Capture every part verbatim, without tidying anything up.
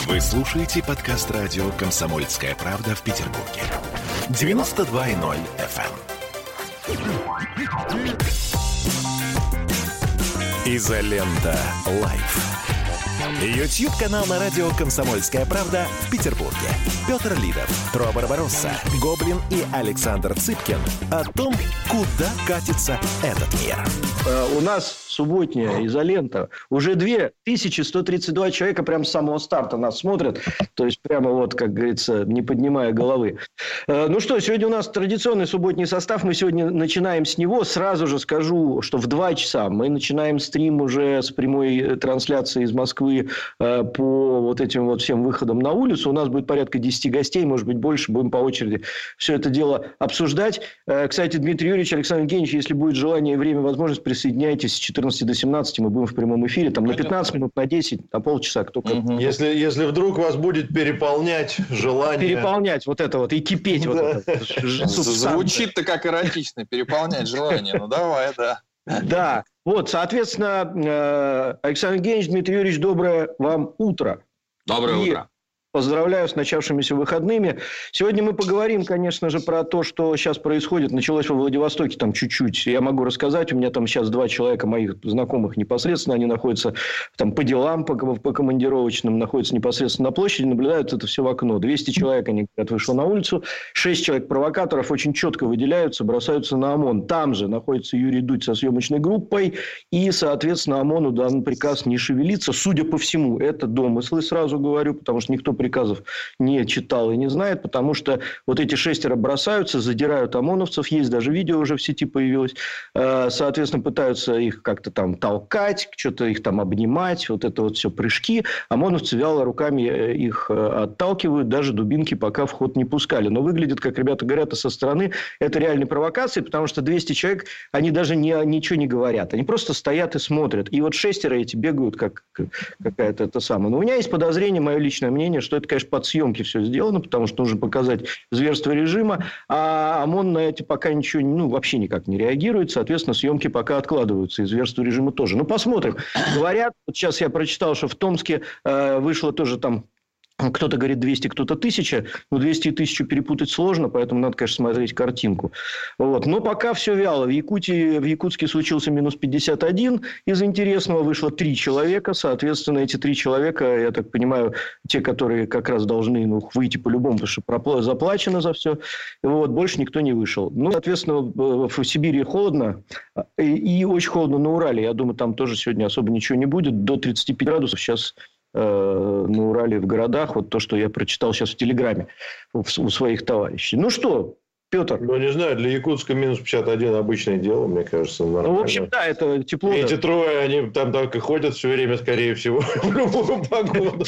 Вы слушаете подкаст радио «Комсомольская правда» в Петербурге. девяносто два и ноль эф эм. Изолента Лайф. Ютьюб-канал на радио «Комсомольская правда» в Петербурге. Петр Лидов, Тро Барбаросса, Гоблин и Александр Цыпкин о том, куда катится этот мир. У нас субботняя изолента. Уже две тысячи сто тридцать два человека прямо с самого старта нас смотрят. То есть, прямо вот, как говорится, не поднимая головы. Ну что, сегодня у нас традиционный субботний состав. Мы сегодня начинаем с него. Сразу же скажу, что в два часа мы начинаем стрим уже с прямой трансляции из Москвы по вот этим вот всем выходам на улицу. У нас будет порядка десяти гостей, может быть, больше. Будем по очереди все это дело обсуждать. Кстати, Дмитрий Юрьевич, Александр Евгеньевич, если будет желание и время, возможность, присоединяйтесь с четырнадцати до семнадцати. Мы будем в прямом эфире. Там на пятнадцать минут, на десять, на полчаса. Кто как. Угу. Если, если вдруг вас будет переполнять желание... Переполнять вот это вот и кипеть. Вот это. Звучит-то как эротично. Переполнять желание. Ну, давай, да. Да. Вот, соответственно, Александр Евгеньевич, Дмитрий Юрьевич, доброе вам утро. Доброе и утро. Поздравляю с начавшимися выходными. Сегодня мы поговорим, конечно же, про то, что сейчас происходит. Началось во Владивостоке там чуть-чуть. Я могу рассказать. У меня там сейчас два человека моих знакомых непосредственно. Они находятся там по делам, по, по командировочным, находятся непосредственно на площади, наблюдают это все в окно. двести человек, они говорят, вышло на улицу. шесть человек-провокаторов очень четко выделяются, бросаются на ОМОН. Там же находится Юрий Дудь со съемочной группой. И, соответственно, ОМОНу дан приказ не шевелиться. Судя по всему, это домыслы, сразу говорю, потому что никто приказов не читал и не знает, потому что вот эти шестеро бросаются, задирают ОМОНовцев, есть даже видео уже в сети появилось, соответственно, пытаются их как-то там толкать, что-то их там обнимать, вот это вот все прыжки, ОМОНовцы вяло руками их отталкивают, даже дубинки пока в ход не пускали, но выглядит, как ребята говорят, со стороны, это реальной провокации, потому что двести человек, они даже не, ничего не говорят, они просто стоят и смотрят, и вот шестеро эти бегают, как какая-то это самое, но у меня есть подозрение, мое личное мнение, что это, конечно, под съемки все сделано, потому что нужно показать зверство режима, а ОМОН на эти пока ничего, ну, вообще никак не реагирует, соответственно, съемки пока откладываются, и зверство режима тоже. Ну, посмотрим. Говорят, вот сейчас я прочитал, что в Томске э, вышло тоже там, кто-то говорит двести, кто-то тысяча. Но двести и тысячу перепутать сложно, поэтому надо, конечно, смотреть картинку. Вот. Но пока все вяло. В Якутии, в Якутске случился минус пятьдесят один. Из интересного вышло три человека. Соответственно, эти три человека, я так понимаю, те, которые как раз должны ну, выйти по-любому, потому что пропла- заплачено за все. Вот. Больше никто не вышел. Ну, соответственно, в Сибири холодно. И, и очень холодно на Урале. Я думаю, там тоже сегодня особо ничего не будет. До тридцати пяти градусов сейчас... на Урале, в городах. Вот то, что я прочитал сейчас в Телеграме у своих товарищей. Ну что, Петр? Ну, не знаю, для Якутска минус пятьдесят один обычное дело, мне кажется, нормально. Ну, в общем, да, это тепло. Эти да. трое, они там только ходят все время, скорее всего, в любую погоду.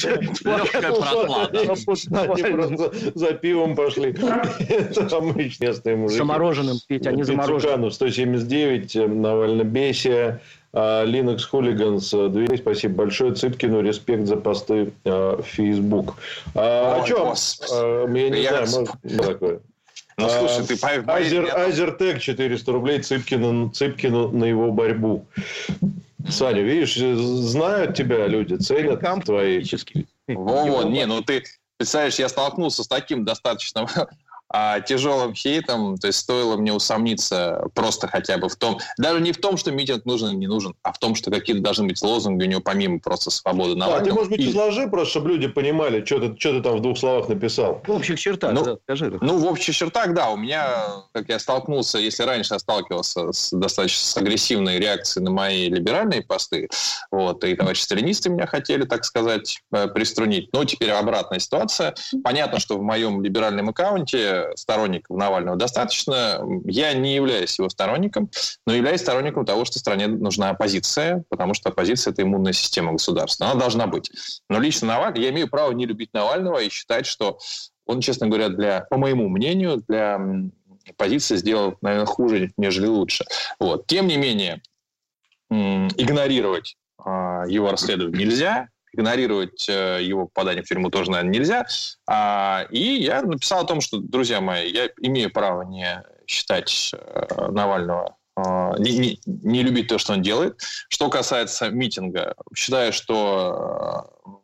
Они просто за пивом пошли. Это обычные местные мужики. Замороженным пить, они замороженным. сто семьдесят девять, Навальнобесия, Linux Hooligans, спасибо большое. Цыпкину респект за посты в Facebook. А, Ой, о чем? А, я не я... знаю, может такое. Ну, слушай, ты по... Азер, Азертек четыреста рублей Цыпкину, Цыпкину на его борьбу. Саня, видишь, знают тебя люди, ценят Камп твои... Во-во, не, ну ты... Представляешь, я столкнулся с таким достаточно... А тяжелым хейтом, то есть стоило мне усомниться просто хотя бы в том, даже не в том, что митинг нужен или не нужен, а в том, что какие-то должны быть лозунги у него помимо просто свободы Навального. А ты, может быть, и... изложи просто, чтобы люди понимали, что ты, что ты там в двух словах написал. В общих чертах, ну, да, скажи. Ну, в общих чертах, да, у меня, как я столкнулся, если раньше я сталкивался с достаточно с агрессивной реакцией на мои либеральные посты, вот, и товарищи сталинисты меня хотели, так сказать, приструнить, но теперь обратная ситуация. Понятно, что в моем либеральном аккаунте сторонников Навального достаточно. Я не являюсь его сторонником, но являюсь сторонником того, что стране нужна оппозиция, потому что оппозиция – это иммунная система государства. Она должна быть. Но лично Навальный, я имею право не любить Навального и считать, что он, честно говоря, для, по моему мнению, для оппозиции сделал, наверное, хуже, нежели лучше. Вот. Тем не менее, игнорировать его расследование нельзя. Игнорировать его попадание в тюрьму тоже, наверное, нельзя. И я написал о том, что, друзья мои, я имею право не считать Навального, не, не, не любить то, что он делает. Что касается митинга, считаю, что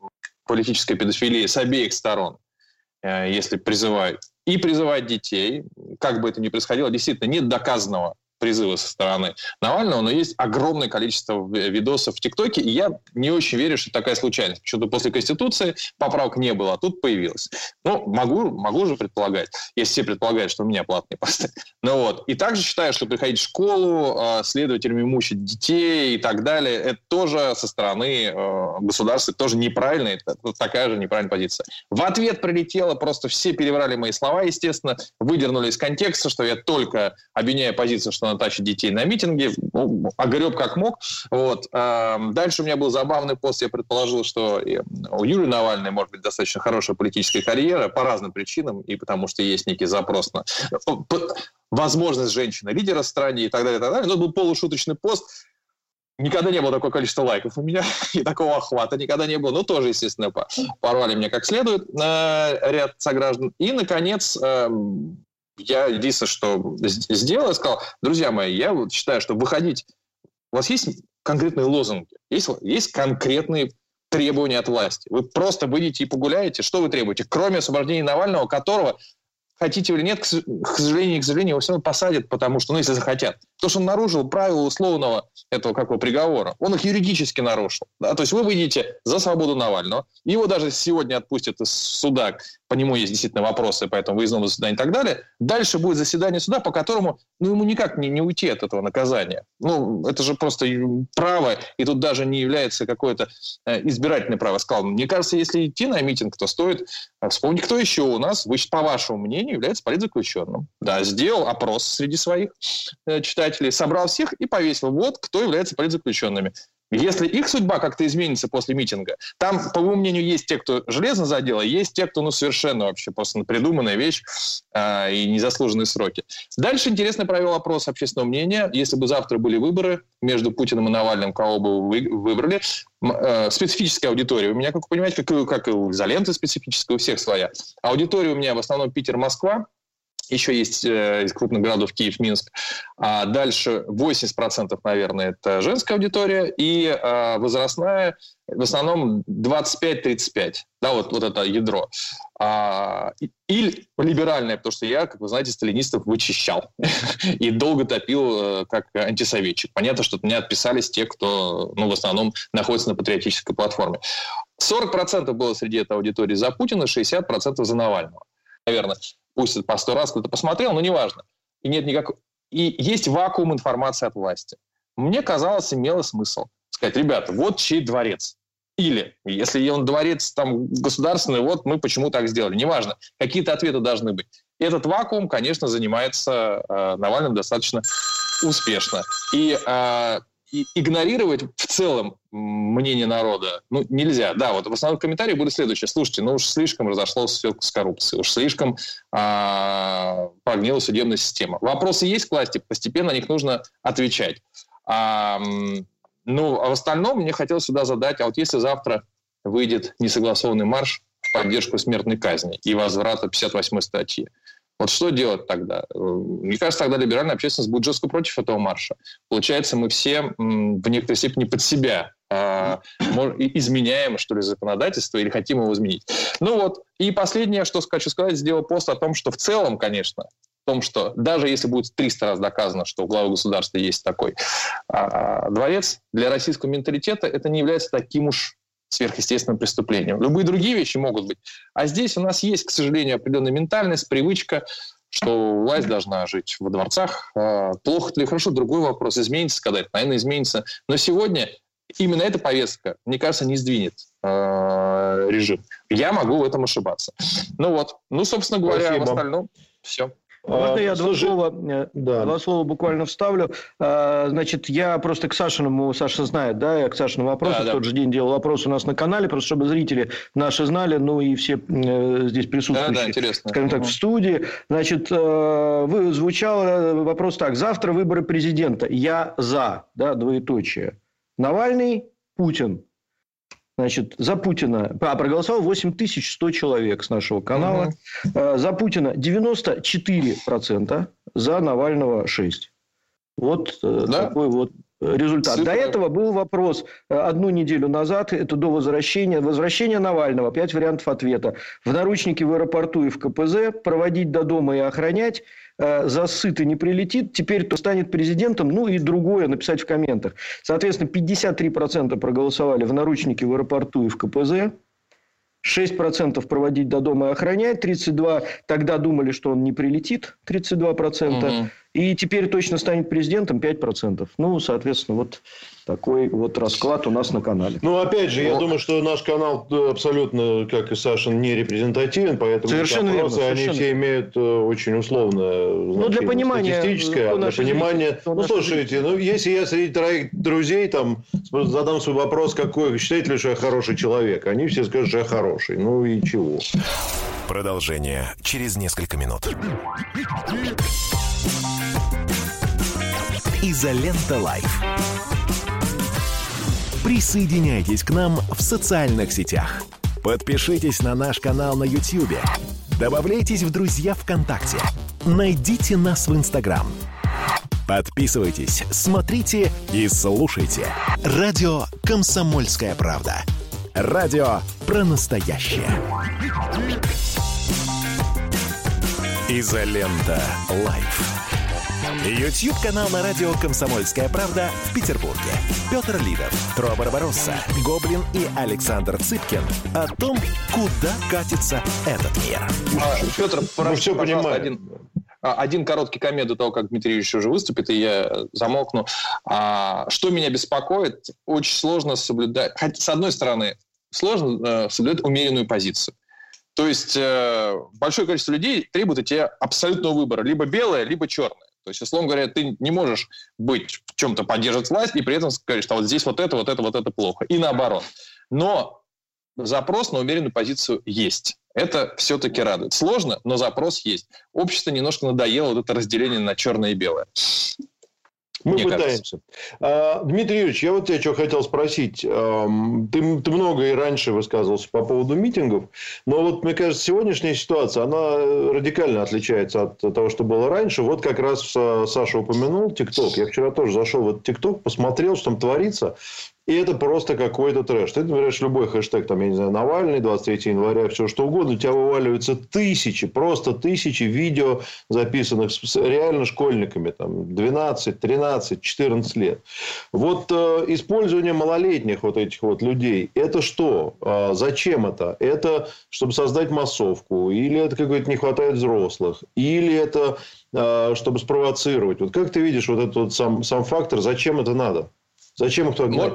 политическая педофилия с обеих сторон, если призывают, и призывать детей, как бы это ни происходило, действительно нет доказанного призыва со стороны Навального, но есть огромное количество видосов в ТикТоке, и я не очень верю, что такая случайность. Почему-то после Конституции поправок не было, а тут появилась. Ну, могу, могу же предполагать, если все предполагают, что у меня платные посты. Ну вот. И также считаю, что приходить в школу, следователями мучить детей и так далее, это тоже со стороны государства, это тоже неправильно, это такая же неправильная позиция. В ответ прилетело, просто все переврали мои слова, естественно, выдернули из контекста, что я только обвиняю позицию, что она тащит детей на митинги, ну, огреб как мог. Вот. Дальше у меня был забавный пост, я предположил, что у Юлии Навальной может быть достаточно хорошая политическая карьера по разным причинам, и потому что есть некий запрос на возможность женщины-лидера в стране и так далее, и так далее. Но это был полушуточный пост. Никогда не было такого количества лайков у меня, и такого охвата никогда не было. Ну, тоже, естественно, порвали меня как следует на ряд сограждан. И, наконец, я единственное, что сделал, я сказал: друзья мои, я вот считаю, что выходить... У вас есть конкретные лозунги, есть, есть конкретные требования от власти. Вы просто выйдете и погуляете. Что вы требуете? Кроме освобождения Навального, которого, хотите или нет, к сожалению, к сожалению, его все равно посадят, потому что, ну, если захотят. Потому что он нарушил правила условного этого какого приговора. Он их юридически нарушил. Да? То есть вы выйдете за свободу Навального. Его даже сегодня отпустят из суда. По нему есть действительно вопросы, поэтому выездного заседания и так далее. Дальше будет заседание суда, по которому, ну, ему никак не, не уйти от этого наказания. Ну, это же просто право, и тут даже не является какое-то избирательное право. Я сказал, мне кажется, если идти на митинг, то стоит вспомнить, кто еще у нас, по вашему мнению, является политзаключенным. Да, сделал опрос среди своих читателей, собрал всех и повесил. Вот кто является политзаключенными. Если их судьба как-то изменится после митинга, там, по моему мнению, есть те, кто железно за дело, есть те, кто, ну, совершенно вообще просто придуманная вещь э, и незаслуженные сроки. Дальше интересно провел опрос общественного мнения. Если бы завтра были выборы между Путиным и Навальным, кого бы вы выбрали? Э, специфическая аудитория. У меня, как вы понимаете, как, как и у изоленты специфическая, у всех своя. Аудитория у меня в основном Питер, Москва. Еще есть э, из крупных городов Киев, Минск. А дальше восемьдесят процентов, наверное, это женская аудитория. И э, возрастная в основном двадцать пять тридцать пять. Да, вот, вот это ядро. А, и, и либеральная, потому что я, как вы знаете, сталинистов вычищал. И долго топил э, как антисоветчик. Понятно, что от меня отписались те, кто, ну, в основном находится на патриотической платформе. сорок процентов было среди этой аудитории за Путина, шестьдесят процентов за Навального. Наверное. Пусть по сто раз кто-то посмотрел, но неважно. И нет никакого... И есть вакуум информации от власти. Мне казалось, имело смысл сказать: ребята, вот чей дворец. Или, если он дворец там государственный, вот мы почему так сделали. Неважно. Какие-то ответы должны быть. Этот вакуум, конечно, занимается э, Навальным достаточно успешно. И... Э, И игнорировать в целом мнение народа, ну, нельзя. Да, вот в основном комментарии были следующие. Слушайте, ну уж слишком разошлось все с коррупцией, уж слишком а, прогнила судебная система. Вопросы есть к власти, постепенно на них нужно отвечать. А, ну, а в остальном мне хотелось сюда задать, а вот если завтра выйдет несогласованный марш в поддержку смертной казни и возврата пятьдесят восьмой статьи, вот что делать тогда? Мне кажется, тогда либеральная общественность будет жестко против этого марша. Получается, мы все в некоторой степени под себя э, изменяем, что ли, законодательство или хотим его изменить. Ну вот. И последнее, что хочу сказать, сделал пост о том, что в целом, конечно, в том, что даже если будет триста раз доказано, что у главы государства есть такой э, дворец, для российского менталитета это не является таким уж сверхъестественным преступлением. Любые другие вещи могут быть. А здесь у нас есть, к сожалению, определенная ментальность, привычка, что власть должна жить во дворцах. Плохо или хорошо, другой вопрос. Изменится когда-то, наверное, изменится. Но сегодня именно эта повестка, мне кажется, не сдвинет э, режим. Я могу в этом ошибаться. Ну вот. Ну, собственно говоря, Спасибо. В остальном все. Можно я два слова, да. два слова буквально вставлю? Значит, я просто к Сашиному, Саша знает, да, я к Сашиному вопросу, да, да. в тот же день делал вопрос у нас на канале, просто чтобы зрители наши знали, ну и все здесь присутствующие, да, да, интересно. Скажем так, угу. в студии. Значит, вы, звучал вопрос так: завтра выборы президента, я за, да, двоеточие. Навальный, Путин. Значит, за Путина... А, проголосовало восемь тысяч сто человек с нашего канала. Угу. За Путина девяносто четыре процента, за Навального шесть процентов. Вот да? такой вот результат. Цифры. До этого был вопрос одну неделю назад, это до возвращения, возвращения Навального, пять вариантов ответа. В наручники в аэропорту и в ка пэ зэ, проводить до дома и охранять, засыт и не прилетит, теперь кто станет президентом, ну и другое написать в комментах. Соответственно, пятьдесят три процента проголосовали в наручники в аэропорту и в ка пэ зэ. шесть процентов проводить до дома и охранять, тридцать два процента тогда думали, что он не прилетит, тридцать два процента. Угу. И теперь точно станет президентом пять процентов. Ну, соответственно, вот такой вот расклад у нас на канале. Ну, опять же, я Но... думаю, что наш канал абсолютно, как и Сашин, не репрезентативен, поэтому совершенно вопросы, верно, они совершенно. все имеют очень условное значение. Ну, для понимания, статистическое, для понимания. Зрители, ну, слушайте, зрители. ну, если я среди троих друзей там задам свой вопрос, какой, считаете ли, что я хороший человек, они все скажут, что я хороший. Ну, и чего? Продолжение через несколько минут. Изолента Лайф. Присоединяйтесь к нам в социальных сетях. Подпишитесь на наш канал на YouTube. Добавляйтесь в друзья ВКонтакте. Найдите нас в Инстаграм. Подписывайтесь, смотрите и слушайте. Радио «Комсомольская правда». Радио про настоящее. Изолента Лайф. YouTube-канал на радио «Комсомольская правда» в Петербурге. Петр Лидов, Тро Барбаросса, Гоблин и Александр Цыпкин о том, куда катится этот мир. А, Петр, прошу, пожалуйста, один, один короткий коммент до того, как Дмитрий Юрьевич уже выступит, и я замолкну. А, что меня беспокоит, очень сложно соблюдать... Хотя, с одной стороны, сложно э, соблюдать умеренную позицию. То есть э, большое количество людей требует от тебя абсолютного выбора. Либо белое, либо черное. То есть, условно говоря, ты не можешь быть в чем-то поддерживать власть и при этом сказать, что вот здесь вот это, вот это, вот это плохо. И наоборот. Но запрос на умеренную позицию есть. Это все-таки радует. Сложно, но запрос есть. Общество немножко надоело вот это разделение на черное и белое. Мы Мне пытаемся. А, Дмитрий Юрьевич, я вот тебя что хотел спросить. А, ты, ты много и раньше высказывался по поводу митингов, но вот, мне кажется, сегодняшняя ситуация, она радикально отличается от того, что было раньше. Вот как раз Саша упомянул ТикТок. Я вчера тоже зашел в этот ТикТок, посмотрел, что там творится. И это просто какой-то трэш. Ты набираешь любой хэштег, там, я не знаю, Навальный, двадцать третьего января, все что угодно, у тебя вываливаются тысячи, просто тысячи видео, записанных с реально школьниками, там, двенадцать, тринадцать, четырнадцать лет. Вот э, использование малолетних вот этих вот людей, это что? Э, зачем это? Это, чтобы создать массовку? Или это, как говорит, не хватает взрослых? Или это, э, чтобы спровоцировать? Вот как ты видишь вот этот вот сам, сам фактор, зачем это надо? Зачем их туда гнать?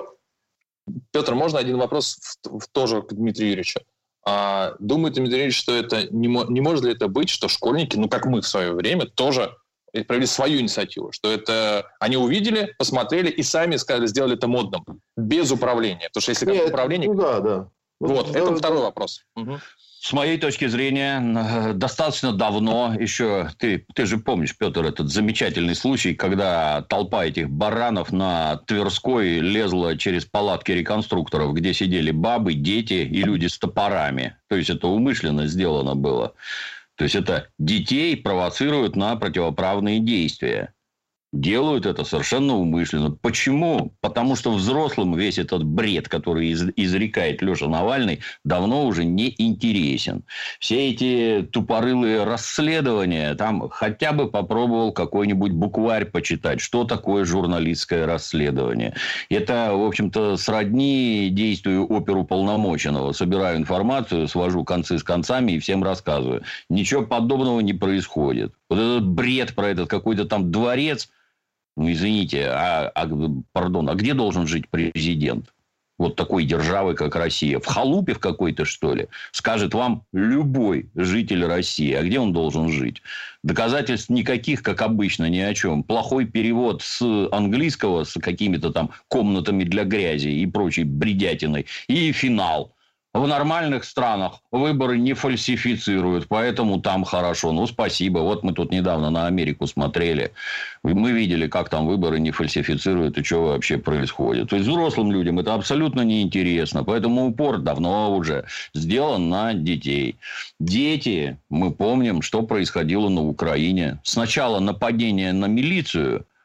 Петр, можно один вопрос в, в, тоже к Дмитрию Юрьевичу? А, думает Дмитрий Юрьевич, что это не, не может ли это быть, что школьники, ну как мы в свое время, тоже провели свою инициативу, что это они увидели, посмотрели и сами сказали, сделали это модным, без управления. Потому что если как управление... Ну да, да. Вот, ну, это да, второй да. вопрос. Угу. С моей точки зрения, достаточно давно, еще ты, ты же помнишь, Петр, этот замечательный случай, когда толпа этих баранов на Тверской лезла через палатки реконструкторов, где сидели бабы, дети и люди с топорами. То есть, это умышленно сделано было. То есть, это детей провоцируют на противоправные действия. Делают это совершенно умышленно. Почему? Потому что взрослым весь этот бред, который из, изрекает Леша Навальный, давно уже не интересен. Все эти тупорылые расследования, там хотя бы попробовал какой-нибудь букварь почитать, что такое журналистское расследование. Это, в общем-то, сродни действию оперуполномоченного. Собираю информацию, свожу концы с концами и всем рассказываю. Ничего подобного не происходит. Вот этот бред про этот какой-то там дворец. Ну, извините, а, а, пардон, а где должен жить президент? Вот такой державы, как Россия. В халупе в какой-то, что ли? Скажет вам любой житель России. А где он должен жить? Доказательств никаких, как обычно, ни о чем. Плохой перевод с английского с какими-то там комнатами для грязи и прочей бредятиной. И финал. В нормальных странах выборы не фальсифицируют, поэтому там хорошо. Ну, спасибо. Вот мы тут недавно на Америку смотрели. Мы видели, как там выборы не фальсифицируют и что вообще происходит. То есть, взрослым людям это абсолютно неинтересно. Поэтому упор давно уже сделан на детей. Дети, мы помним, что происходило на Украине. Сначала нападение на милицию.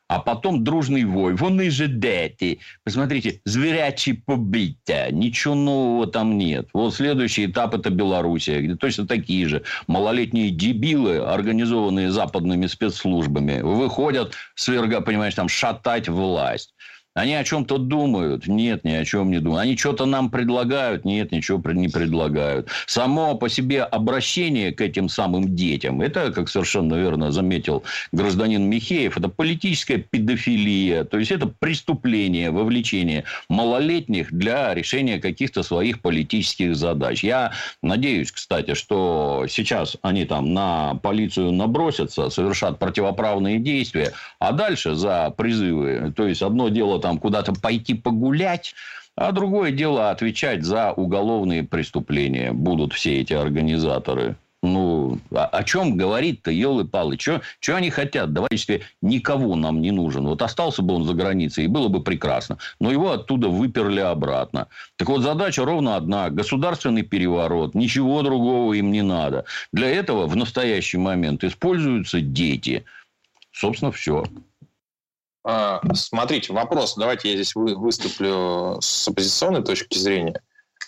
А потом дружный вой. Вони же дети. Посмотрите, зверячие побиття. Ничего нового там нет. Вот следующий этап – это Белоруссия, где точно такие же малолетние дебилы, организованные западными спецслужбами, выходят, сверга, понимаешь, там, шатать власть. Они о чем-то думают? Нет, ни о чем не думают. Они что-то нам предлагают? Нет, ничего не предлагают. Само по себе обращение к этим самым детям, это, как совершенно верно заметил гражданин Михеев, это политическая педофилия. То есть, это преступление, вовлечение малолетних для решения каких-то своих политических задач. Я надеюсь, кстати, что сейчас они там на полицию набросятся, совершат противоправные действия, а дальше за призывы, то есть, одно дело там куда-то пойти погулять, а другое дело отвечать за уголовные преступления будут все эти организаторы. Ну, о, о чем говорит-то, елы-палы? Что они хотят? Давайте, никого нам не нужен. Вот остался бы он за границей, и было бы прекрасно. Но его оттуда выперли обратно. Так вот, задача ровно одна. Государственный переворот. Ничего другого им не надо. Для этого в настоящий момент используются дети. Собственно, все. Смотрите, вопрос. Давайте я здесь выступлю с оппозиционной точки зрения.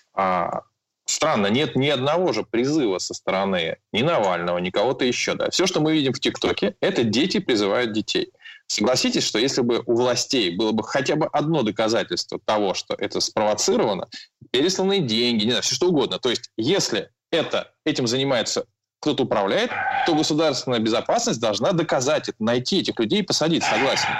Странно, нет ни одного же призыва со стороны ни Навального, ни кого-то еще. Да. Все, что мы видим в ТикТоке, это дети призывают детей. Согласитесь, что если бы у властей было бы хотя бы одно доказательство того, что это спровоцировано, пересланные деньги, не знаю, все что угодно. То есть, если это, этим занимается кто-то управляет, то государственная безопасность должна доказать это, найти этих людей и посадить, согласен.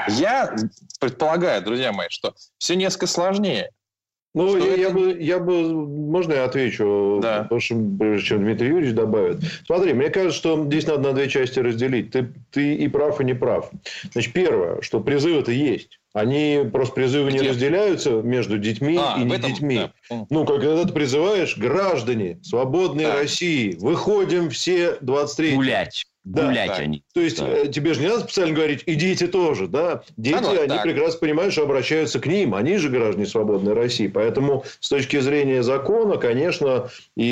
Я предполагаю, друзья мои, что все несколько сложнее. Ну, я, это... я, бы, я бы... Можно я отвечу? Да. Потому что, прежде чем Дмитрий Юрьевич добавит. Смотри, мне кажется, что здесь надо на две части разделить. Ты, ты и прав, и не прав. Значит, первое, что призывы-то есть. Они просто призывы Где? не разделяются между детьми а, и не этом, детьми. Да. Ну, когда ты призываешь, граждане свободной да. России, выходим все двадцать третьего. Гулять. Да, Гулять да. они. То есть, да. тебе же не надо специально говорить, и дети тоже. Да? Дети, а, они так. прекрасно понимают, что обращаются к ним. Они же граждане свободной России. Поэтому, с точки зрения закона, конечно,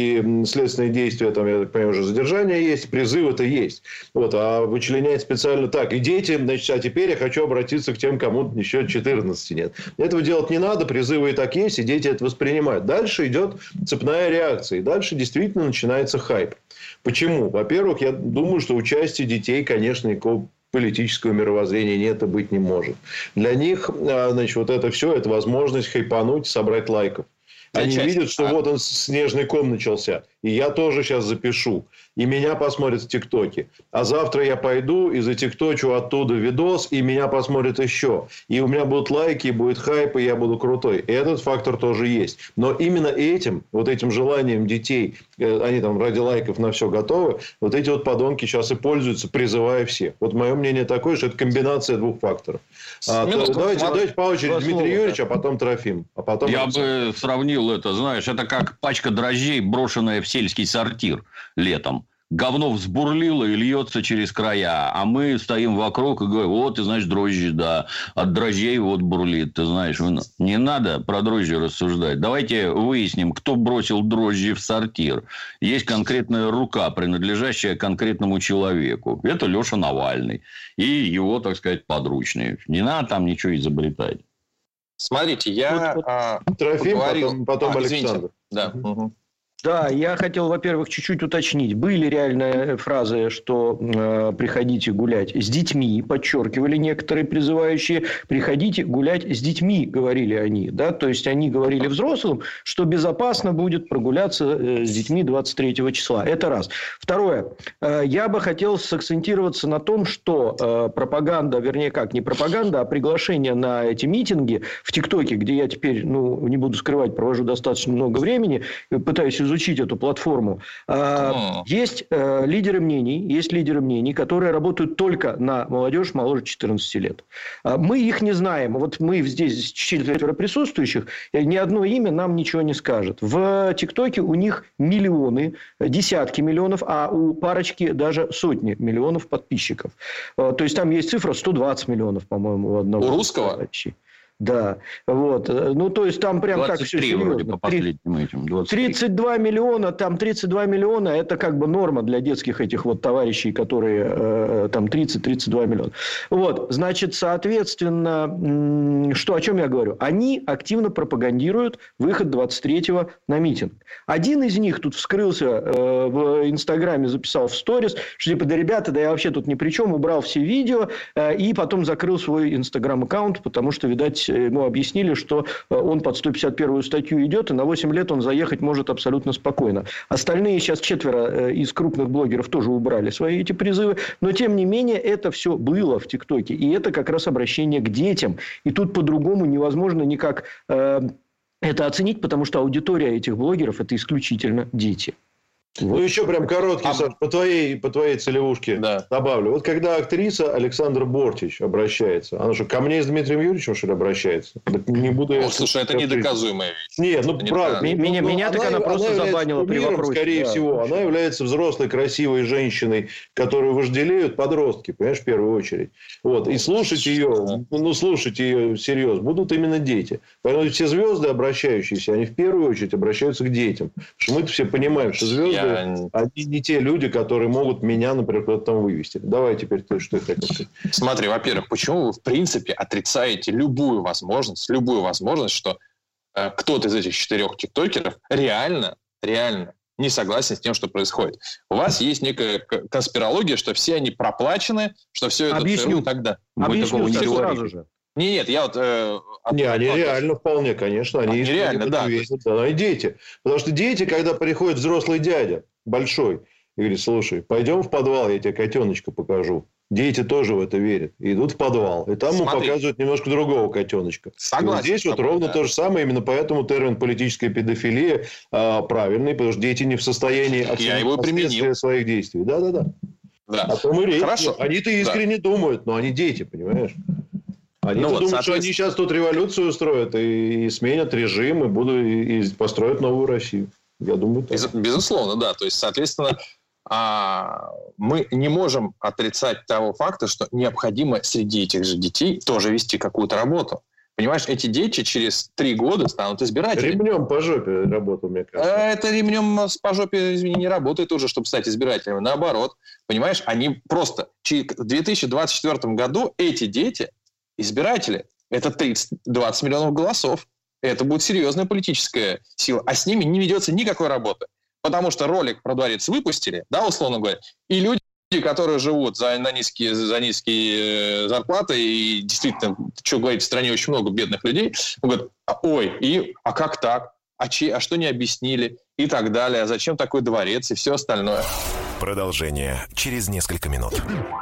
и следственные действия, там, я так понимаю, уже задержание есть, призывы-то есть. Вот, а вычленять специально так. И дети, значит, а теперь я хочу обратиться к тем, кому еще четырнадцати нет. Этого делать не надо, призывы и так есть, и дети это воспринимают. Дальше идет цепная реакция. И дальше действительно начинается хайп. Почему? Во-первых, я думаю, что участие детей, конечно, никакого политического мировоззрения нет и быть не может. Для них, значит, вот это все, это возможность хайпануть, собрать лайков. Они видят, что а... вот он снежный ком начался. И я тоже сейчас запишу. И меня посмотрят в ТикТоке. А завтра я пойду и затикточу оттуда видос, и меня посмотрят еще. И у меня будут лайки, будет хайп, и я буду крутой. И этот фактор тоже есть. Но именно этим, вот этим желанием детей, они там ради лайков на все готовы, вот эти вот подонки сейчас и пользуются, призывая всех. Вот мое мнение такое, что это комбинация двух факторов. А, то, давайте, давайте по очереди Дмитрий Юрьевич, а потом Трофим. А потом я Александр. бы сравнил это, знаешь, это как пачка дрожжей, брошенная в сельский сортир летом. Говно взбурлило и льется через края. А мы стоим вокруг и говорим, вот, ты знаешь, дрожжи, да. От дрожжей вот бурлит, ты знаешь. Не надо про дрожжи рассуждать. Давайте выясним, кто бросил дрожжи в сортир. Есть конкретная рука, принадлежащая конкретному человеку. Это Леша Навальный. И его, так сказать, подручные. Не надо там ничего изобретать. Смотрите, я... Вот, а, Трофим, поговорил... потом, потом а, Александр. Да. Угу. Да, я хотел, во-первых, чуть-чуть уточнить. Были реальные фразы, что э, приходите гулять с детьми, подчеркивали некоторые призывающие, приходите гулять с детьми, говорили они. Да? То есть, они говорили взрослым, что безопасно будет прогуляться э, с детьми двадцать третьего числа. Это раз. Второе. Э, я бы хотел сакцентироваться на том, что э, пропаганда, вернее, как, не пропаганда, а приглашение на эти митинги в ТикТоке, где я теперь, ну, не буду скрывать, провожу достаточно много времени, пытаюсь изучить изучить эту платформу. Oh. Есть э, лидеры мнений, есть лидеры мнений, которые работают только на молодежь моложе четырнадцати лет. Мы их не знаем. Вот мы здесь четверо присутствующих, ни одно имя нам ничего не скажет. В ТикТоке у них миллионы, десятки миллионов, а у парочки даже сотни миллионов подписчиков. То есть, там есть цифра сто двадцать миллионов, по-моему, у одного. У русского? Товарищей. Да, вот. Ну, то есть, там прям так все серьезно. По последним этим, двадцать три. тридцать два миллиона, там тридцать два миллиона, это как бы норма для детских этих вот товарищей, которые э, там тридцать-тридцать два миллиона. Вот, значит, соответственно, что, о чем я говорю? Они активно пропагандируют выход двадцать третьего на митинг. Один из них тут вскрылся э, в Инстаграме, записал в сторис, что типа, да, ребята, да я вообще тут ни при чем, убрал все видео, э, и потом закрыл свой Инстаграм-аккаунт, потому что, видать, ему объяснили, что он под сто пятьдесят первую статью идет, и на восемь лет он заехать может абсолютно спокойно. Остальные сейчас четверо из крупных блогеров тоже убрали свои эти призывы, но тем не менее это все было в ТикТоке, и это как раз обращение к детям. И тут по-другому невозможно никак э, это оценить, потому что аудитория этих блогеров – это исключительно дети. Ну, еще прям короткий, а... Саш, по твоей, по твоей целевушке да. добавлю. Вот когда актриса Александра Бортич обращается, она что, ко мне с Дмитрием Юрьевичем, что ли, обращается? Так не буду я... О, слушай, это недоказуемая вещь. Нет, ну, это правда. Не меня, ну, меня она, так она просто она забанила при вопросе. Скорее да, всего. вообще. Она является взрослой, красивой женщиной, которую вожделеют подростки, понимаешь, в первую очередь. Вот. И слушать ее, ну, слушать ее серьезно будут именно дети. Поэтому все звезды, обращающиеся, они в первую очередь обращаются к детям. Потому что мы все понимаем, что звезды... Я... Они не те люди, которые могут меня, например, куда-то там вывести. Давай теперь ты, что ты хотел сказать. Смотри, во-первых, почему вы, в принципе, отрицаете любую возможность, любую возможность, что э, кто-то из этих четырех тиктокеров реально, реально не согласен с тем, что происходит. У вас есть некая конспирология, что все они проплачены, что все это... Объясню. Тогда. Объясню не сразу же. Нет, нет, я вот... Э, не, они от... реально вполне, конечно. Они, они реально, да. Весят, да. И дети. Потому что дети, когда приходит взрослый дядя, большой, и говорит, слушай, пойдем в подвал, я тебе котеночка покажу. Дети тоже в это верят. И идут в подвал. И там ему показывают немножко другого котеночка. Согласен. И здесь вот ровно да. то же самое. Именно поэтому термин политическая педофилия а, правильный. Потому что дети не в состоянии оценить своих действий. Да-да-да. Да. А то мы речь. Хорошо. Они-то искренне да. думают, но они дети, понимаешь? Они ну вот, думают, соответственно... что они сейчас тут революцию устроят и, и сменят режим, и, будут, и, и построят новую Россию. Я думаю, так. Без, безусловно, да. То есть, соответственно, а, мы не можем отрицать того факта, что необходимо среди этих же детей тоже вести какую-то работу. Понимаешь, эти дети через три года станут избирателями. Ремнем по жопе работал, мне кажется. Это ремнем по жопе, извини, не работает уже, чтобы стать избирателями. Наоборот, понимаешь, они просто... В две тысячи двадцать четвёртом году эти дети избиратели. Это тридцать-двадцать миллионов голосов. Это будет серьезная политическая сила. А с ними не ведется никакой работы. Потому что ролик про дворец выпустили, да, условно говоря, и люди, которые живут за, на низкие, за низкие зарплаты, и действительно, что говорить, в стране очень много бедных людей, говорят, ой, и, а как так? А, че, а что не объяснили? И так далее. А зачем такой дворец? И все остальное. Продолжение через несколько минут.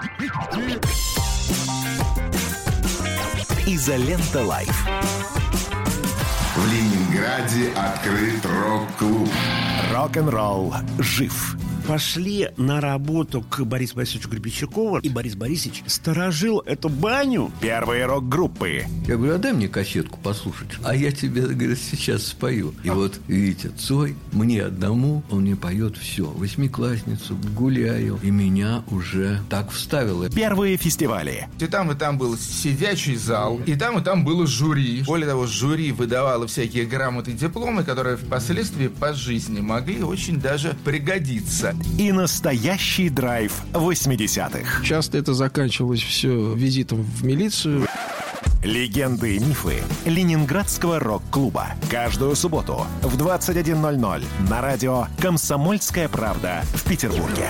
Изолента Лайф. В Ленинграде открыт рок-клуб. Рок-н-ролл жив. Пошли на работу к Борису Борисовичу Гребенщикову, и Борис Борисович сторожил эту баню. Первые рок-группы. Я говорю, а дай мне кассетку послушать. А я тебе, говорит, сейчас спою. И вот, видите, Цой, мне одному, он мне поет все. Восьмиклассницу, гуляю. И меня уже так вставило. Первые фестивали. И там, и там был сидячий зал, и там, и там было жюри. Более того, жюри выдавало всякие грамоты и дипломы, которые впоследствии по жизни могли очень даже пригодиться. И настоящий драйв восьмидесятых. Часто это заканчивалось все визитом в милицию. Легенды и мифы Ленинградского рок-клуба. Каждую субботу в двадцать один ноль ноль на радио «Комсомольская правда» в Петербурге.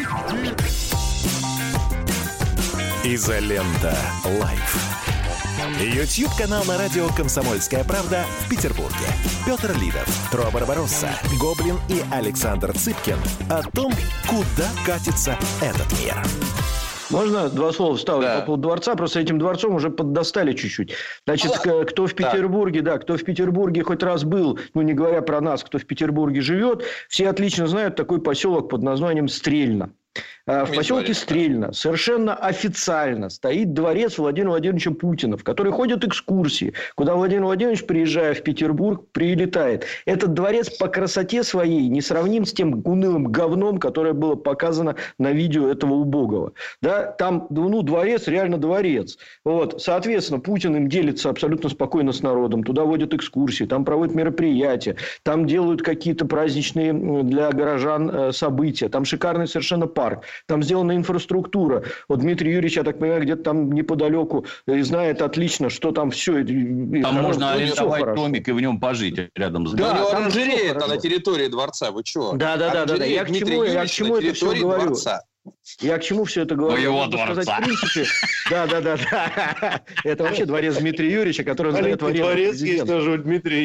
Изолента Лайф. Ютьюб-канал на радио «Комсомольская правда» в Петербурге. Петр Лидов, Тро Барбаросса, Гоблин и Александр Цыпкин о том, куда катится этот мир. Можно два слова вставить да. по поводу дворца? Просто этим дворцом уже поддостали чуть-чуть. Значит, а, кто в Петербурге, да. да, кто в Петербурге хоть раз был, ну, не говоря про нас, кто в Петербурге живет, все отлично знают такой поселок под названием Стрельно. В поселке Стрельно совершенно официально стоит дворец Владимира Владимировича Путина, в который ходят экскурсии, куда Владимир Владимирович, приезжая в Петербург, прилетает. Этот дворец по красоте своей не сравним с тем унылым говном, которое было показано на видео этого убогого. Да? Там, ну, дворец реально дворец. Вот. Соответственно, Путин им делится абсолютно спокойно с народом. Туда водят экскурсии, там проводят мероприятия, там делают какие-то праздничные для горожан события. Там шикарный совершенно парк. Там сделана инфраструктура. Вот Дмитрий Юрьевич, я так понимаю, где-то там неподалеку и знает отлично, что там все. Там хорошо, можно арендовать домик и в нем пожить рядом с да, у него оранжерея на территории дворца. Вы чего? Да, да, да, да, да. Я к чему, я к чему это все говорю? Дворца. Я к чему все это говорю? Моего дворца. Сказать, в принципе, да, да, да, да. Это вообще дворец Дмитрия Юрьевича, который знает дворец есть даже у Дмитрия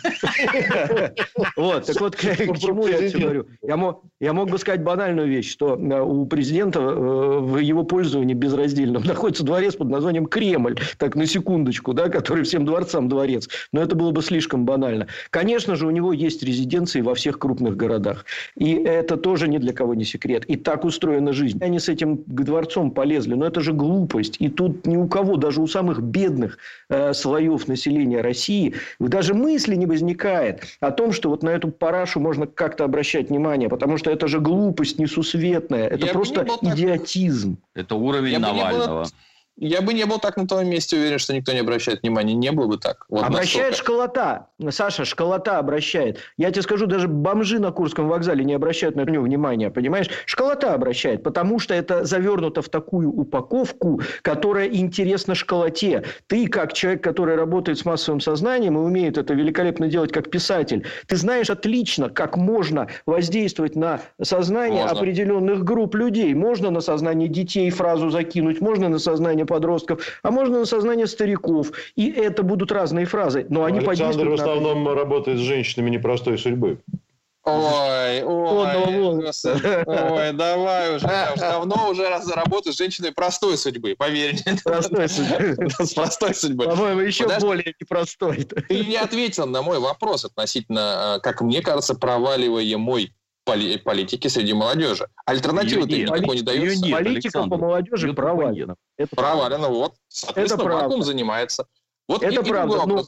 Юрьевича. Вот, так вот, к чему я все говорю? Я мог бы сказать банальную вещь, что у президента в его пользовании безраздельном находится дворец под названием Кремль, так на секундочку, да, который всем дворцам дворец. Но это было бы слишком банально. Конечно же, у него есть резиденции во всех крупных городах. И это тоже ни для кого не секрет. И так устроена жизнь. Они с этим дворцом полезли, но это же глупость. И тут ни у кого, даже у самых бедных э, слоев населения России, даже мысли не возникает о том, что вот на эту парашу можно как-то обращать внимание, потому что это же глупость несусветная. Это Я просто идиотизм. Так... Это уровень Я Навального. Я бы не был так на твоем месте уверен, что никто не обращает внимания. Не было бы так. Вот обращает настолько. Школота. Саша, школота обращает. Я тебе скажу, даже бомжи на Курском вокзале не обращают на него внимания. Понимаешь? Школота обращает, потому что это завернуто в такую упаковку, которая интересна школоте. Ты, как человек, который работает с массовым сознанием и умеет это великолепно делать как писатель, ты знаешь отлично, как можно воздействовать на сознание можно. определенных групп людей. Можно на сознание детей фразу закинуть, можно на сознание подростков, а можно на сознание стариков. И это будут разные фразы. Но они Александр в основном на... работает с женщинами непростой судьбы. Ой, ой, ой, давай уже. Я уже давно уже работаю с женщиной простой судьбы, поверь мне. Простой судьбы. С простой судьбой. По-моему, еще Подожди, более непростой. Ты не ответил на мой вопрос относительно, как мне кажется, проваливаемой политики среди молодежи. Альтернативы-то никакой не дается. Политика по молодежи провалена. Провалена, вот. Соответственно, вакуум занимается. Вот это правда. Ну,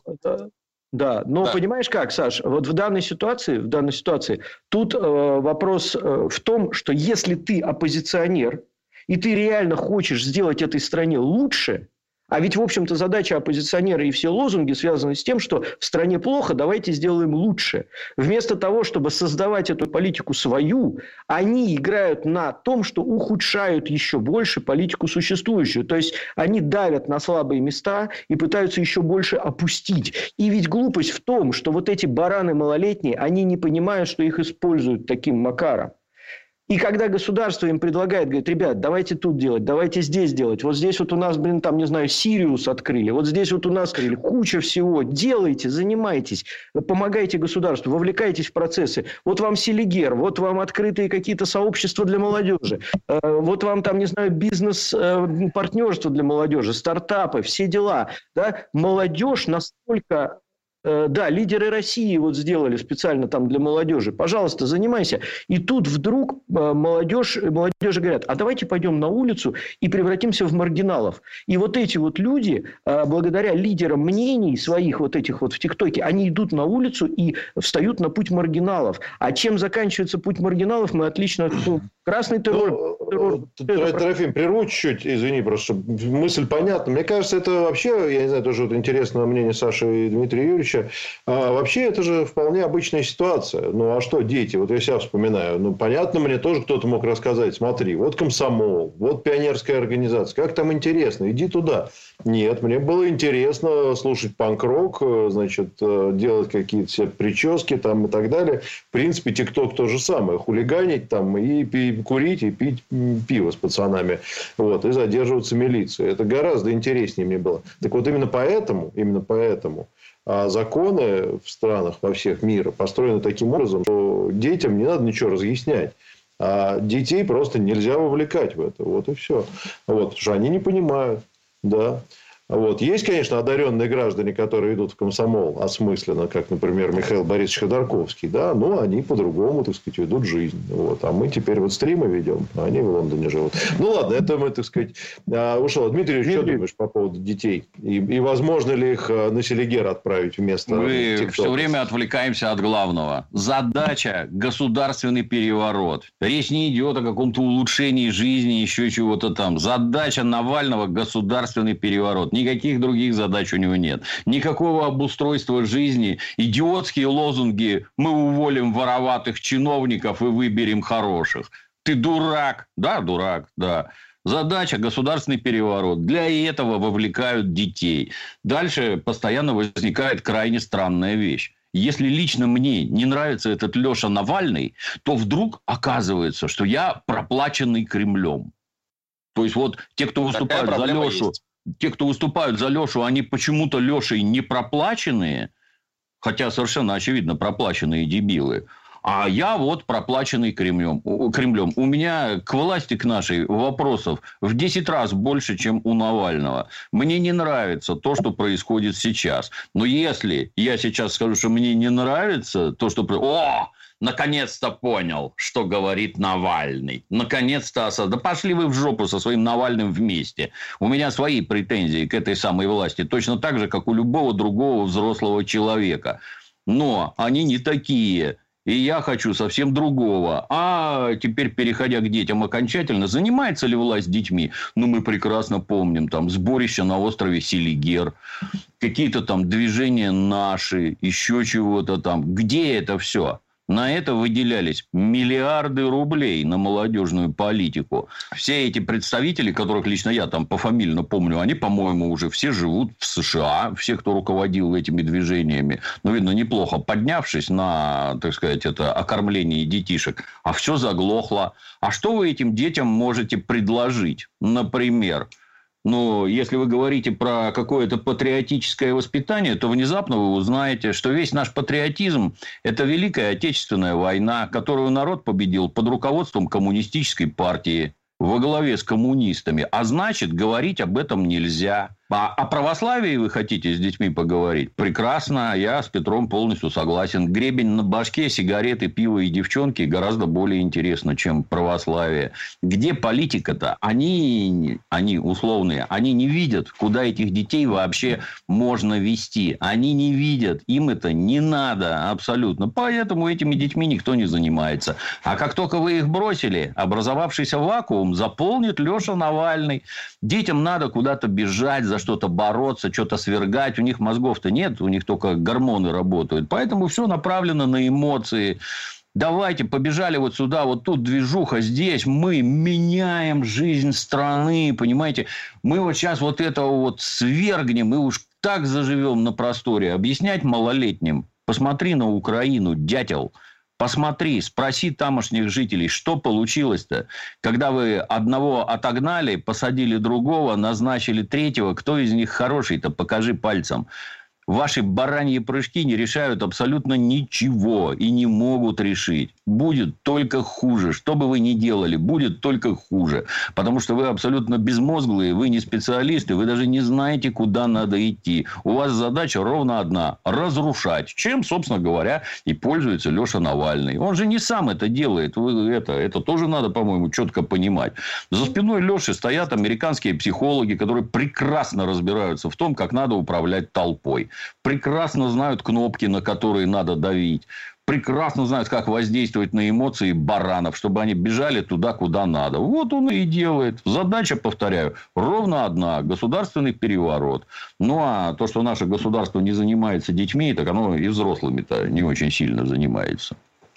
да, но да. Понимаешь как, Саш, вот в данной ситуации, в данной ситуации тут э, вопрос э, в том, что если ты оппозиционер, и ты реально хочешь сделать этой стране лучше, а ведь, в общем-то, задача оппозиционера и все лозунги связаны с тем, что в стране плохо, давайте сделаем лучше. Вместо того, чтобы создавать эту политику свою, они играют на том, что ухудшают еще больше политику существующую. То есть, они давят на слабые места и пытаются еще больше опустить. И ведь глупость в том, что вот эти бараны малолетние, они не понимают, что их используют таким макаром. И когда государство им предлагает, говорит, ребят, давайте тут делать, давайте здесь делать. Вот здесь вот у нас, блин, там, не знаю, Сириус открыли. Вот здесь вот у нас открыли куча всего. Делайте, занимайтесь, помогайте государству, вовлекайтесь в процессы. Вот вам Селигер, вот вам открытые какие-то сообщества для молодежи. Вот вам там, не знаю, бизнес-партнерство для молодежи, стартапы, все дела. Да? Молодежь настолько... Да, лидеры России вот сделали специально там для молодежи. Пожалуйста, занимайся. И тут вдруг молодежь, молодежи говорят, а давайте пойдем на улицу и превратимся в маргиналов. И вот эти вот люди, благодаря лидерам мнений своих вот этих вот в ТикТоке, они идут на улицу и встают на путь маргиналов. А чем заканчивается путь маргиналов, мы отлично... Красный террор. Ну, террор. Трофим, прерву чуть-чуть, извини, просто мысль понятна. Мне кажется, это вообще, я не знаю, тоже вот интересное мнение Саши и Дмитрия Юрьевича. А вообще, это же вполне обычная ситуация. Ну, а что дети? Вот я себя вспоминаю. Ну, понятно, мне тоже кто-то мог рассказать. Смотри, вот комсомол, вот пионерская организация. Как там интересно? Иди туда. Нет, мне было интересно слушать панк-рок, значит, делать какие-то все прически там и так далее. В принципе, ТикТок то же самое. Хулиганить там и курить, и пить пиво с пацанами. Вот, и задерживаться милицией. Это гораздо интереснее мне было. Так вот, именно поэтому, именно поэтому законы в странах во всех мира построены таким образом, что детям не надо ничего разъяснять. А детей просто нельзя вовлекать в это. Вот и все. Вот, потому что они не понимают. Да. Вот. Есть, конечно, одаренные граждане, которые идут в комсомол осмысленно, как, например, Михаил Борисович Ходорковский, да, но они по-другому, так сказать, ведут жизнь. Вот. А мы теперь вот стримы ведем, а они в Лондоне живут. Ну, ладно, это мы, так сказать, ушел. Дмитрий, Дмитрий, что думаешь по поводу детей? И, и возможно ли их на Селигер отправить вместо Мы TikTok? все время отвлекаемся от главного. Задача – государственный переворот. Речь не идет о каком-то улучшении жизни, еще чего-то там. Задача Навального – государственный переворот. Никаких других задач у него нет. Никакого обустройства жизни. Идиотские лозунги «мы уволим вороватых чиновников и выберем хороших». Ты дурак. Да, дурак, да. Задача – государственный переворот. Для этого вовлекают детей. Дальше постоянно возникает крайне странная вещь. Если лично мне не нравится этот Леша Навальный, то вдруг оказывается, что я проплаченный Кремлем. То есть, вот те, кто выступают за Лешу... Есть. Те, кто выступают за Лешу, они почему-то Лешей не проплаченные, хотя совершенно очевидно проплаченные дебилы. А я вот проплаченный Кремлем. Кремлем. У меня к власти, к нашей, вопросов в десять раз больше, чем у Навального. Мне не нравится то, что происходит сейчас. Но если я сейчас скажу, что мне не нравится то, что... О! Наконец-то понял, что говорит Навальный. Наконец-то осознал. Да пошли вы в жопу со своим Навальным вместе. У меня свои претензии к этой самой власти. Точно так же, как у любого другого взрослого человека. Но они не такие. И я хочу совсем другого. А теперь, переходя к детям окончательно, занимается ли власть детьми? Ну, мы прекрасно помним. Там сборище на острове Селигер. Какие-то там движения наши. Еще чего-то там. Где это все? На это выделялись миллиарды рублей на молодежную политику. Все эти представители, которых лично я там пофамильно помню, они, по-моему, уже все живут в США. Все, кто руководил этими движениями. Ну, видно, неплохо поднявшись на, так сказать, это окормление детишек. А все заглохло. А что вы этим детям можете предложить? Например... Но если вы говорите про какое-то патриотическое воспитание, то внезапно вы узнаете, что весь наш патриотизм – это Великая Отечественная война, которую народ победил под руководством коммунистической партии во главе с коммунистами. А значит, говорить об этом нельзя. А о православии вы хотите с детьми поговорить? Прекрасно, я с Петром полностью согласен. Гребень на башке, сигареты, пиво и девчонки гораздо более интересно, чем православие. Где политика-то? Они, они условные, они не видят, куда этих детей вообще можно вести. Они не видят, им это не надо абсолютно. Поэтому этими детьми никто не занимается. А как только вы их бросили, образовавшийся вакуум заполнит Леша Навальный. Детям надо куда-то бежать, за что-то бороться, что-то свергать. У них мозгов-то нет, у них только гормоны работают. Поэтому все направлено на эмоции. Давайте, побежали вот сюда, вот тут движуха, здесь мы меняем жизнь страны, понимаете? Мы вот сейчас вот этого вот свергнем, мы уж так заживем на просторе. Объяснять малолетним, посмотри на Украину, дятел. Посмотри, спроси тамошних жителей, что получилось-то, когда вы одного отогнали, посадили другого, назначили третьего, кто из них хороший-то, покажи пальцем. Ваши бараньи прыжки не решают абсолютно ничего и не могут решить. Будет только хуже. Что бы вы ни делали, будет только хуже. Потому что вы абсолютно безмозглые, вы не специалисты, вы даже не знаете, куда надо идти. У вас задача ровно одна – разрушать. Чем, собственно говоря, и пользуется Леша Навальный. Он же не сам это делает. Вы это, это тоже надо, по-моему, четко понимать. За спиной Леши стоят американские психологи, которые прекрасно разбираются в том, как надо управлять толпой. Прекрасно знают кнопки, на которые надо давить. Прекрасно знают, как воздействовать на эмоции баранов, чтобы они бежали туда, куда надо. Вот он и делает. Задача, повторяю, ровно одна. Государственный переворот. Ну, а то, что наше государство не занимается детьми, так оно и взрослыми-то не очень сильно занимается.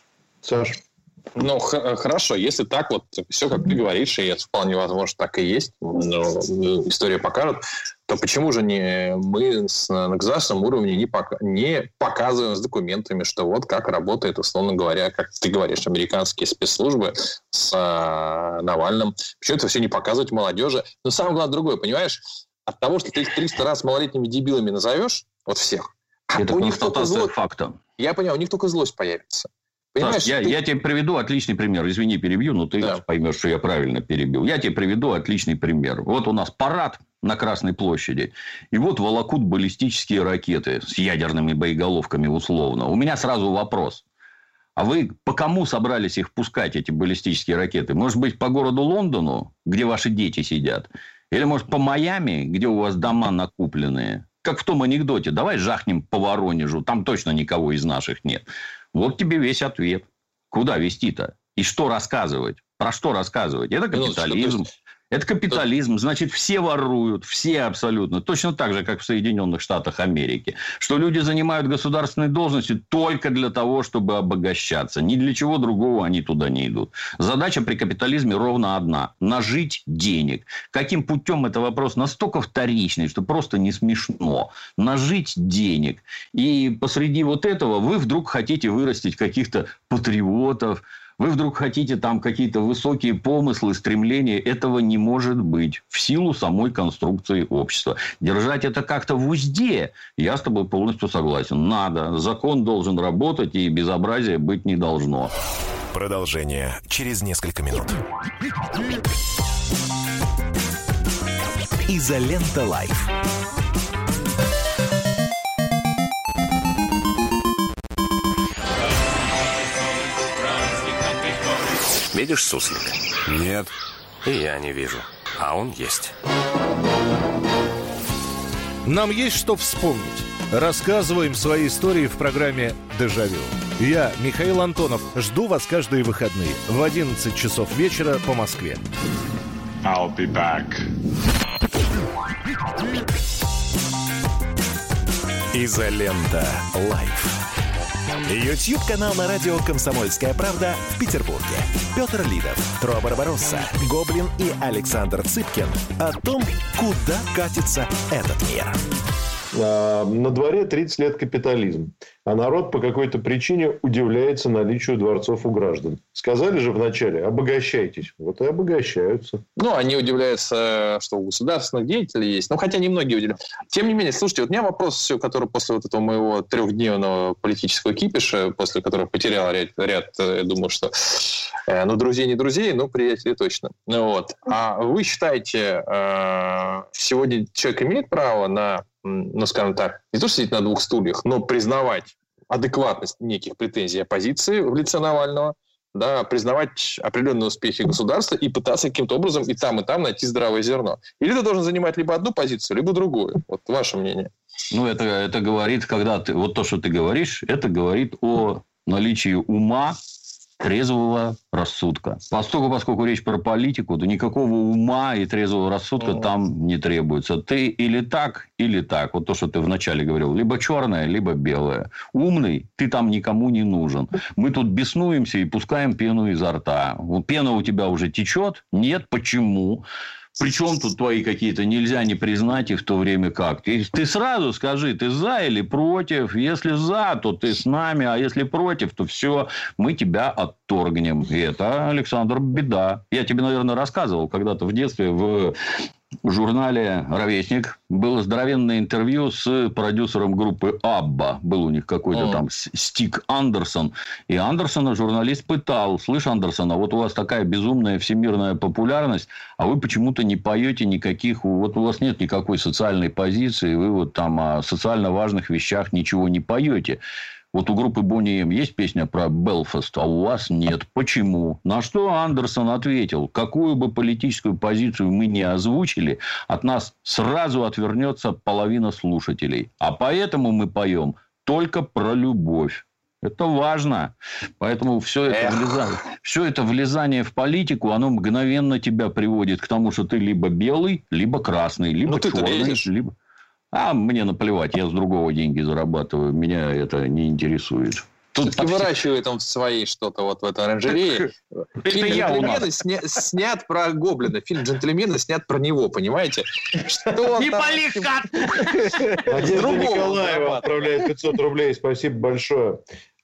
Саш? Ну, х- хорошо, если так вот все, как ты говоришь, и это вполне возможно так и есть, но история покажет, то почему же не мы с, на государственном уровне не, пока, не показываем с документами, что вот как работает, условно говоря, как ты говоришь, американские спецслужбы с а, Навальным. Почему это все не показывать молодежи? Но самое главное другое, понимаешь? От того, что ты их триста раз малолетними дебилами назовешь, вот всех, это у них только злость. Факта. Я понимаю, у них только злость появится. Саш, я, ты... я тебе приведу отличный пример. Извини, перебью, но ты да. поймешь, что я правильно перебил. Я тебе приведу отличный пример. Вот у нас парад на Красной площади. И вот волокут баллистические ракеты с ядерными боеголовками условно. У меня сразу вопрос. А вы по кому собрались их пускать, эти баллистические ракеты? Может быть, по городу Лондону, где ваши дети сидят? Или, может, по Майами, где у вас дома накупленные? Как в том анекдоте. Давай жахнем по Воронежу. Там точно никого из наших нет. Вот тебе весь ответ. Куда вести-то? И что рассказывать? Про что рассказывать? Это капитализм. Это капитализм. Значит, все воруют. Все абсолютно. Точно так же, как в Соединенных Штатах Америки. Что люди занимают государственные должности только для того, чтобы обогащаться. Ни для чего другого они туда не идут. Задача при капитализме ровно одна. Нажить денег. Каким путем, это вопрос настолько вторичный, что просто не смешно. Нажить денег. И посреди вот этого вы вдруг хотите вырастить каких-то патриотов. Вы вдруг хотите там какие-то высокие помыслы, стремления. Этого не может быть. В силу самой конструкции общества. Держать это как-то в узде. Я с тобой полностью согласен. Надо. Закон должен работать. И безобразия быть не должно. Продолжение через несколько минут. Изолента Лайф. Видишь суслика? Нет. И я не вижу. А он есть. Нам есть что вспомнить. Рассказываем свои истории в программе «Дежавю». Я, Михаил Антонов, жду вас каждые выходные в одиннадцать часов вечера по Москве. I'll be back. Изолента Лайф. Ютьюб-канал на радио «Комсомольская правда» в Петербурге. Петр Лидов, Тро Барбаросса, Гоблин и Александр Цыпкин о том, куда катится этот мир. На дворе тридцать лет капитализм. А народ по какой-то причине удивляется наличию дворцов у граждан. Сказали же вначале, обогащайтесь. Вот и обогащаются. Ну, они удивляются, что у государственных деятелей есть. Ну, хотя немногие удивляются. Тем не менее, слушайте, вот у меня вопрос, все, который после вот этого моего трехдневного политического кипиша, после которого потерял ряд, ряд я думаю, что э, ну, друзей не друзей, но приятелей точно. Вот. А вы считаете, э, сегодня человек имеет право на, ну, скажем так, не то, что сидеть на двух стульях, но признавать адекватность неких претензий оппозиции в лице Навального, да, признавать определенные успехи государства и пытаться каким-то образом и там, и там найти здравое зерно. Или ты должен занимать либо одну позицию, либо другую. Вот ваше мнение. Ну, это, это говорит, когда ты... Вот то, что ты говоришь, это говорит о наличии ума, трезвого рассудка. Поскольку, поскольку речь про политику, то никакого ума и трезвого рассудка mm-hmm. там не требуется. Ты или так, или так. Вот то, что ты вначале говорил. Либо черное, либо белое. Умный ты там никому не нужен. Мы тут беснуемся и пускаем пену изо рта. Пена у тебя уже течет? Нет. Почему? Причем тут твои какие-то нельзя не признать их в то время как. Ты, ты сразу скажи, ты за или против. Если за, то ты с нами. А если против, то все, мы тебя отторгнем. И это, Александр, беда. Я тебе, наверное, рассказывал когда-то в детстве в журнале «Ровесник» было здоровенное интервью с продюсером группы «Абба». Был у них какой-то там Стик Андерсон. И Андерсона журналист пытал. Слышь, Андерсон, а вот у вас такая безумная всемирная популярность, а вы почему-то не поете никаких... Вот у вас нет никакой социальной позиции, вы вот там о социально важных вещах ничего не поете. Вот у группы Boney M есть песня про Белфаст, а у вас нет. Почему? На что Андерсон ответил: какую бы политическую позицию мы ни озвучили, от нас сразу отвернется половина слушателей. А поэтому мы поем только про любовь. Это важно. Поэтому все это, влезание, все это влезание в политику, оно мгновенно тебя приводит к тому, что ты либо белый, либо красный, либо черный, либо... А мне наплевать, я с другого деньги зарабатываю. Меня это не интересует. Тут и выращивает он в своей что-то вот в этой оранжерее. Фильм «Джентльмены» сня, снят про Гоблина. Фильм «Джентльмены» снят про него, понимаете? Не поликат! Надежда Николаева отправляет пятьсот рублей. Спасибо большое.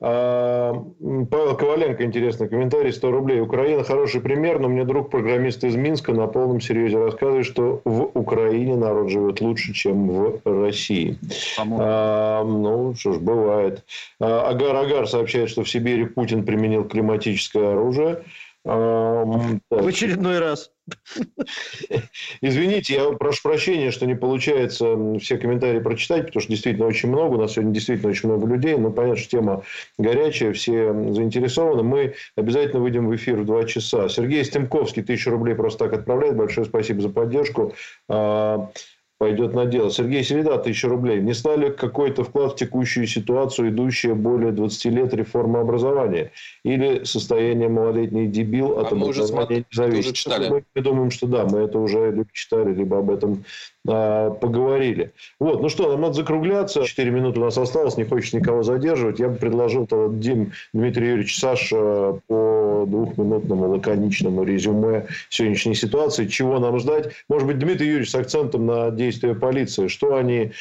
Павел Коваленко, интересный комментарий, сто рублей. Украина хороший пример, но мне друг программист из Минска на полном серьезе рассказывает, что в Украине народ живет лучше, чем в России. А, ну, что ж, бывает. Агар-Агар сообщает, что в Сибири Путин применил климатическое оружие. В очередной раз. Извините, я прошу прощения, что не получается все комментарии прочитать, потому что действительно очень много. У нас сегодня действительно очень много людей. Но понятно, что тема горячая, все заинтересованы. Мы обязательно выйдем в эфир в два часа. Сергей Стемковский тысячу рублей просто так отправляет. Большое спасибо за поддержку. Пойдет на дело. Сергей Селеда, тысяча рублей. Внесла ли какой-то вклад в текущую ситуацию, идущая более двадцати лет реформа образования? Или состояние малолетний дебил от а образования не зависит? Мы, мы думаем, что да, мы это уже либо читали, либо об этом а, поговорили. Вот, ну что, нам надо закругляться. Четыре минуты у нас осталось, не хочется никого задерживать. Я бы предложил то, вот, Дим, Дмитрий Юрьевич, Саша по двухминутному лаконичному резюме сегодняшней ситуации. Чего нам ждать? Может быть, Дмитрий Юрьевич с акцентом на действия полиции. Что они...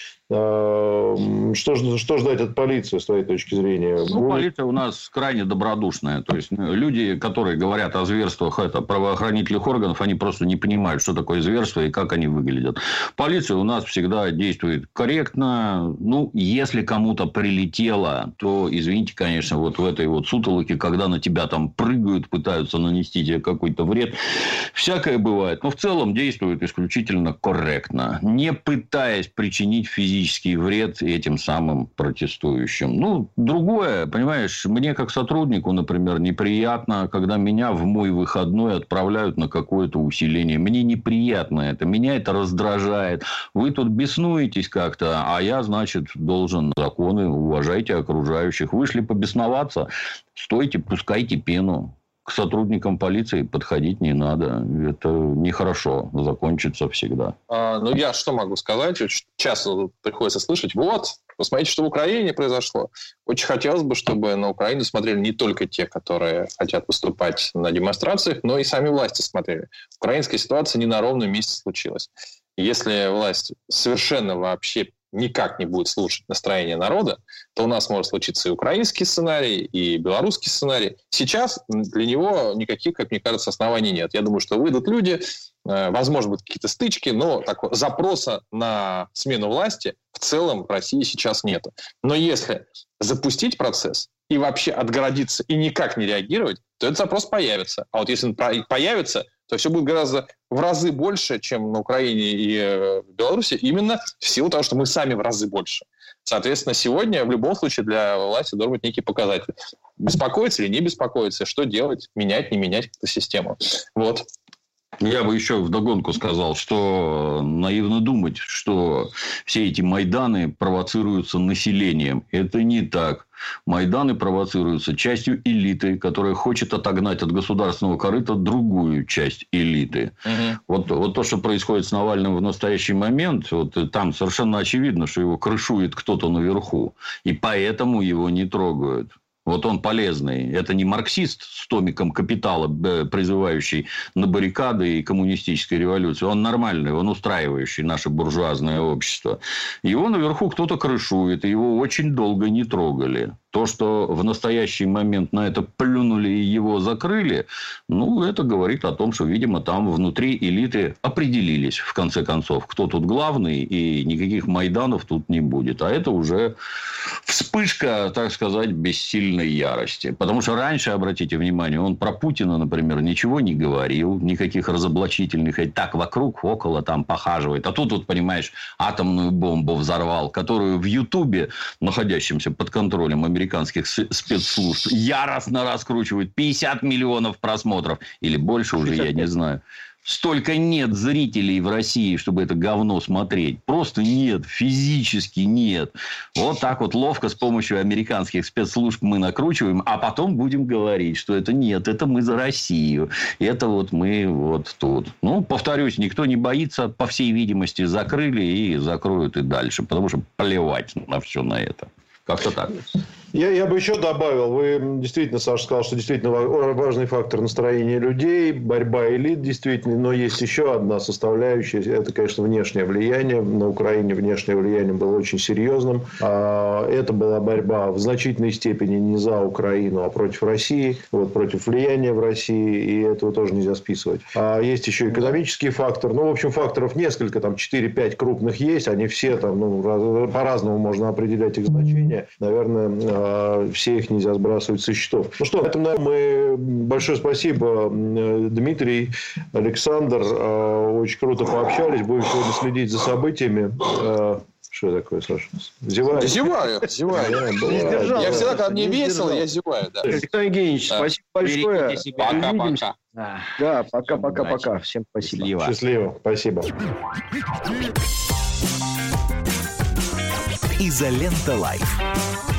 Что, что ждать от полиции, с твоей точки зрения? Ну, Будет... полиция у нас крайне добродушная. То есть, люди, которые говорят о зверствах это, правоохранительных органов, они просто не понимают, что такое зверство и как они выглядят. Полиция у нас всегда действует корректно. Ну, если кому-то прилетело, то, извините, конечно, вот в этой вот сутолоке, когда на тебя там прыгают, пытаются нанести тебе какой-то вред, всякое бывает. Но в целом действует исключительно корректно, не пытаясь причинить физический вред этим самым протестующим. Ну, другое, понимаешь, мне как сотруднику, например, неприятно, когда меня в мой выходной отправляют на какое-то усиление. Мне неприятно это, меня это раздражает. Вы тут беснуетесь как-то, а я, значит, должен законы, уважайте окружающих. Вышли побесноваться, стойте, пускайте пену. К сотрудникам полиции подходить не надо. Это нехорошо. Закончится всегда. А, ну, я что могу сказать? Очень часто приходится слышать. Вот, посмотрите, что в Украине произошло. Очень хотелось бы, чтобы на Украину смотрели не только те, которые хотят выступать на демонстрациях, но и сами власти смотрели. Украинская ситуация не на ровном месте случилась. Если власть совершенно вообще никак не будет слушать настроение народа, то у нас может случиться и украинский сценарий, и белорусский сценарий. Сейчас для него никаких, как мне кажется, оснований нет. Я думаю, что выйдут люди, возможно, будут какие-то стычки, но такого запроса на смену власти в целом в России сейчас нет. Но если запустить процесс и вообще отгородиться и никак не реагировать, то этот запрос появится. А вот если он появится, то все будет гораздо в разы больше, чем на Украине и в Беларуси, именно в силу того, что мы сами в разы больше. Соответственно, сегодня в любом случае для власти должен быть некий показатель. Беспокоиться или не беспокоиться, что делать, менять, не менять эту систему. Вот. Я бы еще вдогонку сказал, что наивно думать, что все эти Майданы провоцируются населением. Это не так. Майданы провоцируются частью элиты, которая хочет отогнать от государственного корыта другую часть элиты. Угу. Вот, вот то, что происходит с Навальным в настоящий момент, вот, там совершенно очевидно, что его крышует кто-то наверху. И поэтому его не трогают. Вот он полезный. Это не марксист с томиком «Капитала», призывающий на баррикады и коммунистической революции. Он нормальный, он устраивающий наше буржуазное общество. Его наверху кто-то крышует, и его очень долго не трогали. То, что в настоящий момент на это плюнули и его закрыли, ну, это говорит о том, что, видимо, там внутри элиты определились, в конце концов, кто тут главный, и никаких Майданов тут не будет. А это уже вспышка, так сказать, бессильной ярости. Потому что раньше, обратите внимание, он про Путина, например, ничего не говорил, никаких разоблачительных, так вокруг, около там похаживает. А тут, вот, понимаешь, атомную бомбу взорвал, которую в Ютубе, находящемся под контролем американских спецслужб, яростно раскручивают. пятьдесят миллионов просмотров. Или больше уже, я не знаю. Столько нет зрителей в России, чтобы это говно смотреть. Просто нет. Физически нет. Вот так вот ловко с помощью американских спецслужб мы накручиваем, а потом будем говорить, что это нет, это мы за Россию. Это вот мы вот тут. Ну, повторюсь, никто не боится. По всей видимости, закрыли и закроют и дальше. Потому что плевать на все на это. Как-то так. Я, я бы еще добавил, вы действительно, Саша сказал, что действительно важный фактор настроения людей, борьба элит действительно, но есть еще одна составляющая, это, конечно, внешнее влияние. На Украине внешнее влияние было очень серьезным. Это была борьба в значительной степени не за Украину, а против России, вот, против влияния в России, и этого тоже нельзя списывать. А есть еще экономический фактор. Ну, в общем, факторов несколько, там четыре-пять крупных есть, они все там, ну, по-разному можно определять их значение. Наверное, все их нельзя сбрасывать со счетов. Ну что, на этом мы... Большое спасибо, Дмитрий, Александр. Очень круто пообщались. Будем сегодня следить за событиями. Что такое, Саша? Зеваю? Зеваю, зеваю. Я, я всегда, когда мне весело, я зеваю. Да. Александр Евгеньевич, да. Спасибо большое. Пока-пока. Да, пока-пока-пока. Всем спасибо. Счастливо. Счастливо. Спасибо. Изолента Лайф.